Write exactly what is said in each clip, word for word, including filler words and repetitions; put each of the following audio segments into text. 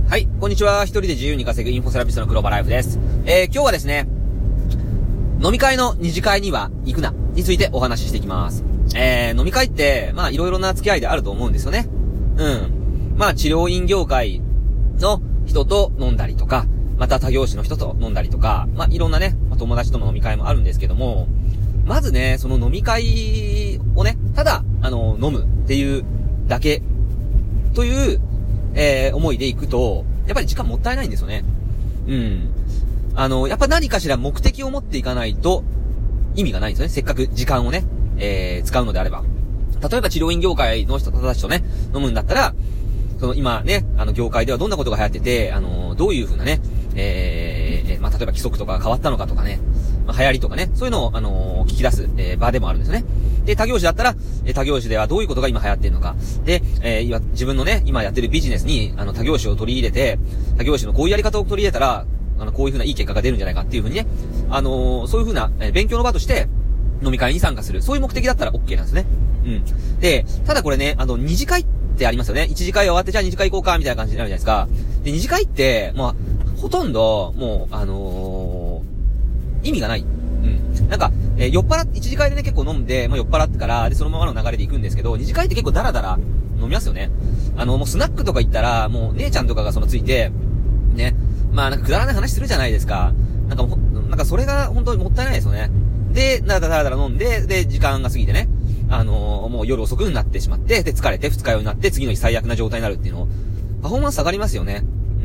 はい、こんにちは。一人で自由に稼ぐインフォセラピストの黒場ライフです。えー、今日はですね、飲み会の二次会には行くなについてお話ししていきます。えー、飲み会って、まあいろいろな付き合いであると思うんですよね。うん。まあ治療院業界の人と飲んだりとか、また他業種の人と飲んだりとか、まあいろんなね、まあ、友達との飲み会もあるんですけども、まずね、その飲み会をね、ただ、あの、飲むっていうだけという、えー、思いで行くと、やっぱり時間もったいないんですよね。うん。あの、やっぱ何かしら目的を持っていかないと意味がないんですよね。せっかく時間をね、えー、使うのであれば。例えば治療院業界の人たちとね、飲むんだったら、その今ね、あの業界ではどんなことが流行ってて、あの、どういう風なね、えー、まあ、例えば規則とかが変わったのかとかね、まあ、流行りとかね、そういうのを、あのー、聞き出す、えー、場でもあるんですよね。で、他業種だったら、えー、他業種ではどういうことが今流行ってるのか。で、えー、自分のね、今やってるビジネスに、あの、他業種を取り入れて、他業種のこういうやり方を取り入れたら、あの、こういう風ないい結果が出るんじゃないかっていう風にね、あのー、そういう風な、えー、勉強の場として、飲み会に参加する。そういう目的だったら OK なんですね。うん。で、ただこれね、あの、二次会ってありますよね。一次会終わって、じゃあ二次会行こうか、みたいな感じになるじゃないですか。で、二次会って、まあ、ほとんど、もう、あのー、意味がない。うん。なんか、えー、酔っ払って、一次会でね、結構飲んで、まあ、酔っ払ってから、で、そのままの流れで行くんですけど、二次会って結構ダラダラ飲みますよね。あの、もうスナックとか行ったら、もう姉ちゃんとかがそのついて、ね、まあなんかくだらない話するじゃないですか。なんかもう、なんかそれが本当にもったいないですよね。で、だらだらだら飲んで、で、時間が過ぎてね、あのー、もう夜遅くになってしまって、で、疲れて二日酔いになって、次の日最悪な状態になるっていうの、パフォーマンス下がりますよね。うん。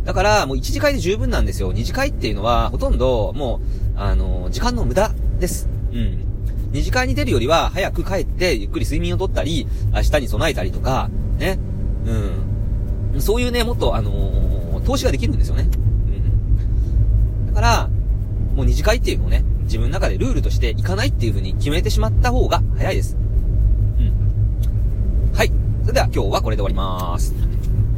だから、もう一次会で十分なんですよ。二次会っていうのは、ほとんど、もう、あのー、時間の無駄です。うん。二次会に出るよりは、早く帰って、ゆっくり睡眠をとったり、明日に備えたりとか、ね。うん。そういうね、もっと、あのー、投資ができるんですよね。うん。だから、もう二次会っていうのをね、自分の中でルールとしていかないっていう風に決めてしまった方が早いです。うん。はい。それでは今日はこれで終わります。